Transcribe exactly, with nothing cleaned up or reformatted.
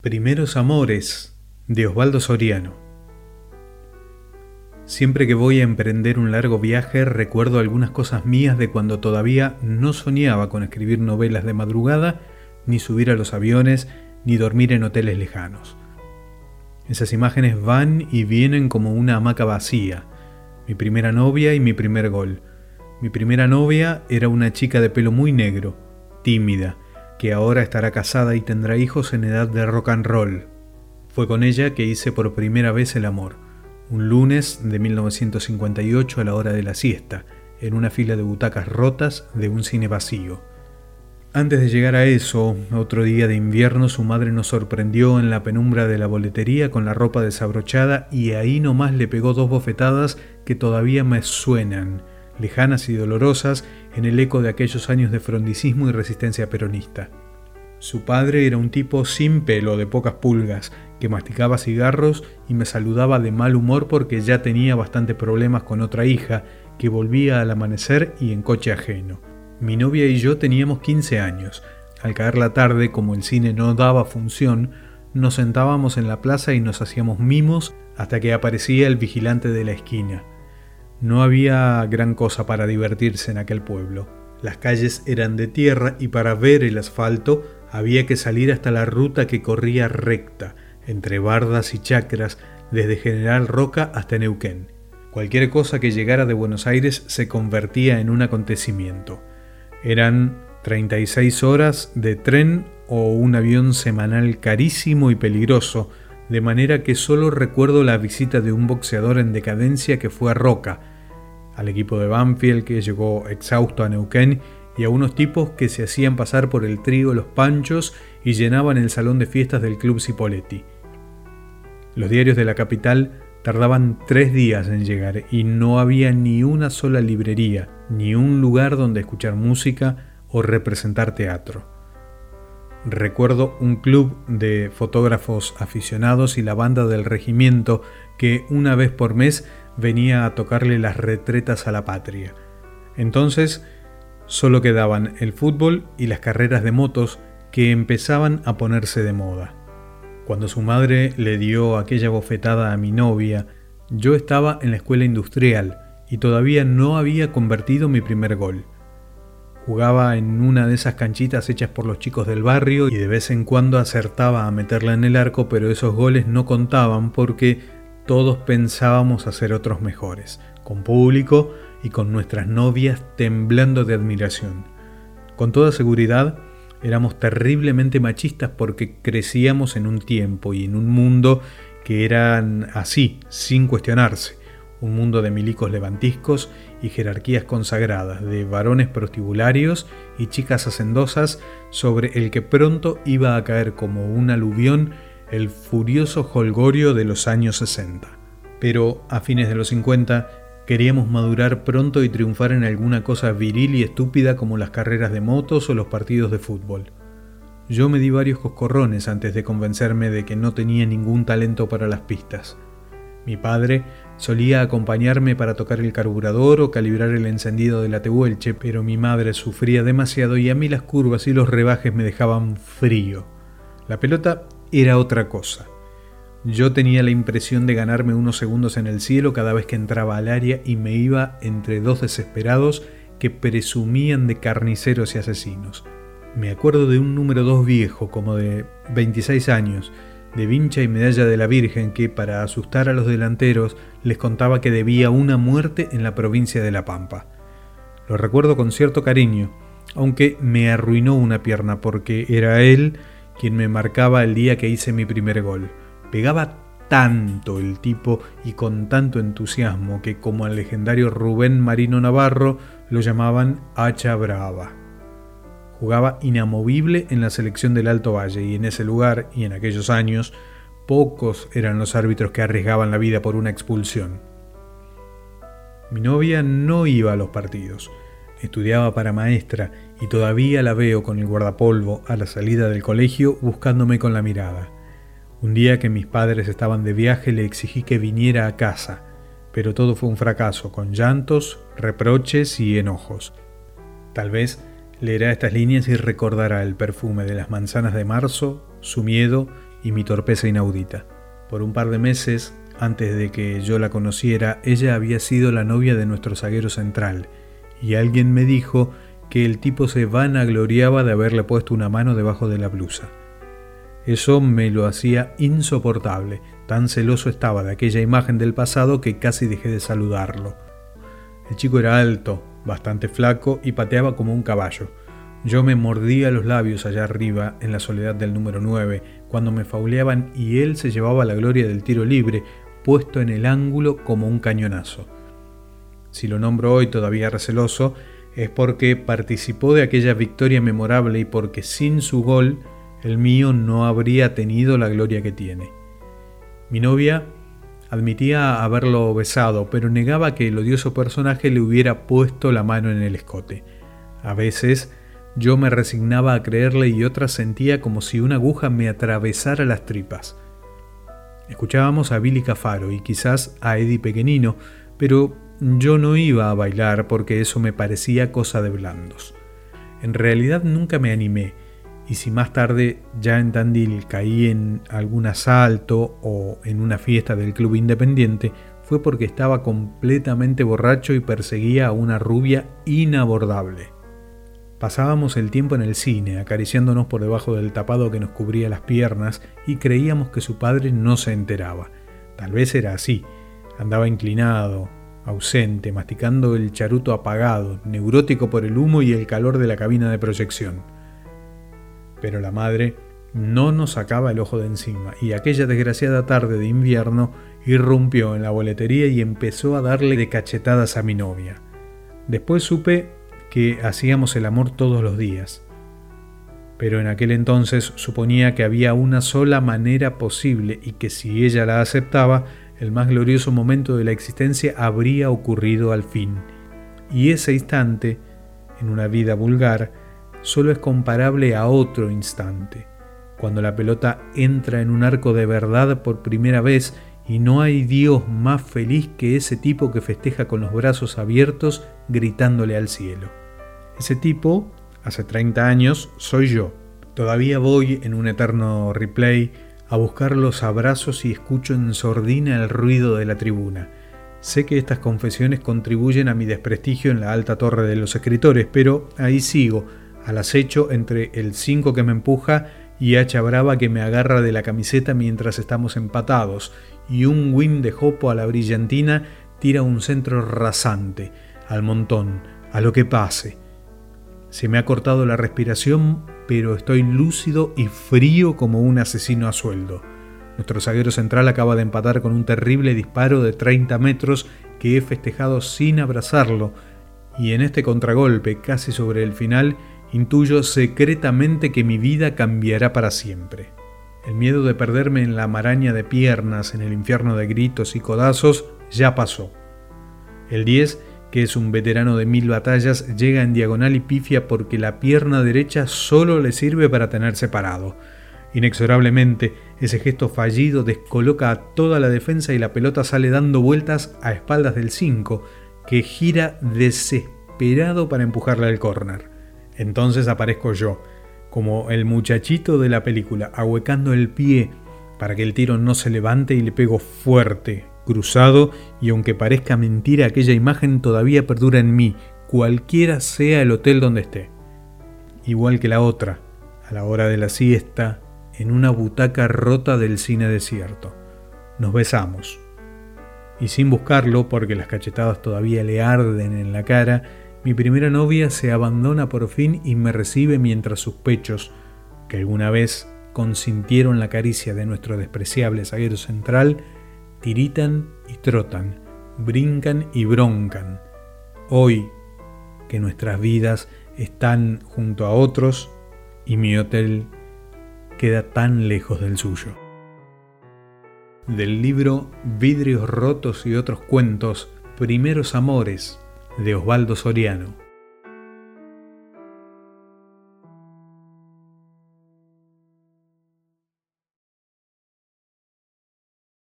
Primeros amores, de Osvaldo Soriano. Siempre que voy a emprender un largo viaje recuerdo algunas cosas mías de cuando todavía no soñaba con escribir novelas de madrugada, ni subir a los aviones, ni dormir en hoteles lejanos. Esas imágenes van y vienen como una hamaca vacía. Mi primera novia y mi primer gol. Mi primera novia era una chica de pelo muy negro, tímida, que ahora estará casada y tendrá hijos en edad de rock and roll. Fue con ella que hice por primera vez el amor, un lunes de mil novecientos cincuenta y ocho a la hora de la siesta, en una fila de butacas rotas de un cine vacío. Antes de llegar a eso, otro día de invierno, su madre nos sorprendió en la penumbra de la boletería con la ropa desabrochada y ahí nomás le pegó dos bofetadas que todavía me suenan, lejanas y dolorosas, en el eco de aquellos años de frondicismo y resistencia peronista. Su padre era un tipo sin pelo, de pocas pulgas, que masticaba cigarros y me saludaba de mal humor porque ya tenía bastante problemas con otra hija, que volvía al amanecer y en coche ajeno. Mi novia y yo teníamos quince años. Al caer la tarde, como el cine no daba función, nos sentábamos en la plaza y nos hacíamos mimos hasta que aparecía el vigilante de la esquina. No había gran cosa para divertirse en aquel pueblo. Las calles eran de tierra y para ver el asfalto había que salir hasta la ruta que corría recta, entre bardas y chacras, desde General Roca hasta Neuquén. Cualquier cosa que llegara de Buenos Aires se convertía en un acontecimiento. Eran treinta y seis horas de tren o un avión semanal carísimo y peligroso, de manera que solo recuerdo la visita de un boxeador en decadencia que fue a Roca, al equipo de Banfield que llegó exhausto a Neuquén y a unos tipos que se hacían pasar por el trigo Los Panchos y llenaban el salón de fiestas del Club Cipoletti. Los diarios de la capital tardaban tres días en llegar y no había ni una sola librería, ni un lugar donde escuchar música o representar teatro. Recuerdo un club de fotógrafos aficionados y la banda del regimiento que una vez por mes venía a tocarle las retretas a la patria. Entonces solo quedaban el fútbol y las carreras de motos que empezaban a ponerse de moda. Cuando su madre le dio aquella bofetada a mi novia, yo estaba en la escuela industrial y todavía no había convertido mi primer gol. Jugaba en una de esas canchitas hechas por los chicos del barrio y de vez en cuando acertaba a meterla en el arco, pero esos goles no contaban porque todos pensábamos hacer otros mejores, con público y con nuestras novias temblando de admiración. Con toda seguridad, éramos terriblemente machistas porque crecíamos en un tiempo y en un mundo que eran así, sin cuestionarse. Un mundo de milicos levantiscos y jerarquías consagradas, de varones prostibularios y chicas hacendosas sobre el que pronto iba a caer como un aluvión el furioso jolgorio de los años sesenta. Pero a fines de los cincuenta queríamos madurar pronto y triunfar en alguna cosa viril y estúpida como las carreras de motos o los partidos de fútbol. Yo me di varios coscorrones antes de convencerme de que no tenía ningún talento para las pistas. Mi padre solía acompañarme para tocar el carburador o calibrar el encendido de la tehuelche, pero mi madre sufría demasiado y a mí las curvas y los rebajes me dejaban frío. La pelota era otra cosa. Yo tenía la impresión de ganarme unos segundos en el cielo cada vez que entraba al área y me iba entre dos desesperados que presumían de carniceros y asesinos. Me acuerdo de un número dos viejo, como de veintiséis años, de vincha y medalla de la Virgen, que para asustar a los delanteros les contaba que debía una muerte en la provincia de La Pampa. Lo recuerdo con cierto cariño, aunque me arruinó una pierna porque era él quien me marcaba el día que hice mi primer gol. Pegaba tanto el tipo y con tanto entusiasmo que, como al legendario Rubén Marino Navarro, lo llamaban Hacha Brava. Jugaba inamovible en la selección del Alto Valle y en ese lugar y en aquellos años pocos eran los árbitros que arriesgaban la vida por una expulsión. Mi novia no iba a los partidos. Estudiaba para maestra y todavía la veo con el guardapolvo a la salida del colegio buscándome con la mirada. Un día que mis padres estaban de viaje le exigí que viniera a casa, pero todo fue un fracaso, con llantos, reproches y enojos. Tal vez leerá estas líneas y recordará el perfume de las manzanas de marzo, su miedo y mi torpeza inaudita. Por un par de meses, antes de que yo la conociera, ella había sido la novia de nuestro zaguero central, y alguien me dijo que el tipo se vanagloriaba de haberle puesto una mano debajo de la blusa. Eso me lo hacía insoportable, tan celoso estaba de aquella imagen del pasado que casi dejé de saludarlo. El chico era alto, bastante flaco y pateaba como un caballo. Yo me mordía los labios allá arriba, en la soledad del número nueve, cuando me fauleaban y él se llevaba la gloria del tiro libre, puesto en el ángulo como un cañonazo. Si lo nombro hoy todavía receloso, es porque participó de aquella victoria memorable y porque sin su gol, el mío no habría tenido la gloria que tiene. Mi novia admitía haberlo besado, pero negaba que el odioso personaje le hubiera puesto la mano en el escote. A veces yo me resignaba a creerle y otras sentía como si una aguja me atravesara las tripas. Escuchábamos a Billy Cafaro y quizás a Eddie Pequenino, pero yo no iba a bailar porque eso me parecía cosa de blandos. En realidad nunca me animé, y si más tarde ya en Tandil caí en algún asalto o en una fiesta del club independiente, fue porque estaba completamente borracho y perseguía a una rubia inabordable. Pasábamos el tiempo en el cine, acariciándonos por debajo del tapado que nos cubría las piernas y creíamos que su padre no se enteraba. Tal vez era así. Andaba inclinado, ausente, masticando el charuto apagado, neurótico por el humo y el calor de la cabina de proyección. Pero la madre no nos sacaba el ojo de encima y aquella desgraciada tarde de invierno irrumpió en la boletería y empezó a darle de cachetadas a mi novia. Después supe que hacíamos el amor todos los días, pero en aquel entonces suponía que había una sola manera posible y que si ella la aceptaba, el más glorioso momento de la existencia habría ocurrido al fin. Y ese instante, en una vida vulgar, solo es comparable a otro instante, cuando la pelota entra en un arco de verdad por primera vez y no hay Dios más feliz que ese tipo que festeja con los brazos abiertos gritándole al cielo. Ese tipo, hace treinta años, soy yo. Todavía voy en un eterno replay a buscar los abrazos y escucho en sordina el ruido de la tribuna. Sé que estas confesiones contribuyen a mi desprestigio en la alta torre de los escritores, pero ahí sigo, al acecho entre el cinco que me empuja y hacha brava que me agarra de la camiseta mientras estamos empatados, y un win de jopo a la brillantina tira un centro rasante, al montón, a lo que pase. Se me ha cortado la respiración, pero estoy lúcido y frío como un asesino a sueldo. Nuestro zaguero central acaba de empatar con un terrible disparo de treinta metros que he festejado sin abrazarlo, y en este contragolpe, casi sobre el final, intuyo secretamente que mi vida cambiará para siempre. El miedo de perderme en la maraña de piernas, en el infierno de gritos y codazos, ya pasó. El diez, que es un veterano de mil batallas, llega en diagonal y pifia porque la pierna derecha solo le sirve para tenerse parado. Inexorablemente, ese gesto fallido descoloca a toda la defensa y la pelota sale dando vueltas a espaldas del cinco, que gira desesperado para empujarla al córner. Entonces aparezco yo, como el muchachito de la película, ahuecando el pie para que el tiro no se levante y le pego fuerte, cruzado, y aunque parezca mentira, aquella imagen todavía perdura en mí, cualquiera sea el hotel donde esté. Igual que la otra, a la hora de la siesta, en una butaca rota del cine desierto. Nos besamos. Y sin buscarlo, porque las cachetadas todavía le arden en la cara, mi primera novia se abandona por fin y me recibe mientras sus pechos, que alguna vez consintieron la caricia de nuestro despreciable zaguero central, tiritan y trotan, brincan y broncan. Hoy que nuestras vidas están junto a otros y mi hotel queda tan lejos del suyo. Del libro Vidrios rotos y otros cuentos, Primeros amores, de Osvaldo Soriano.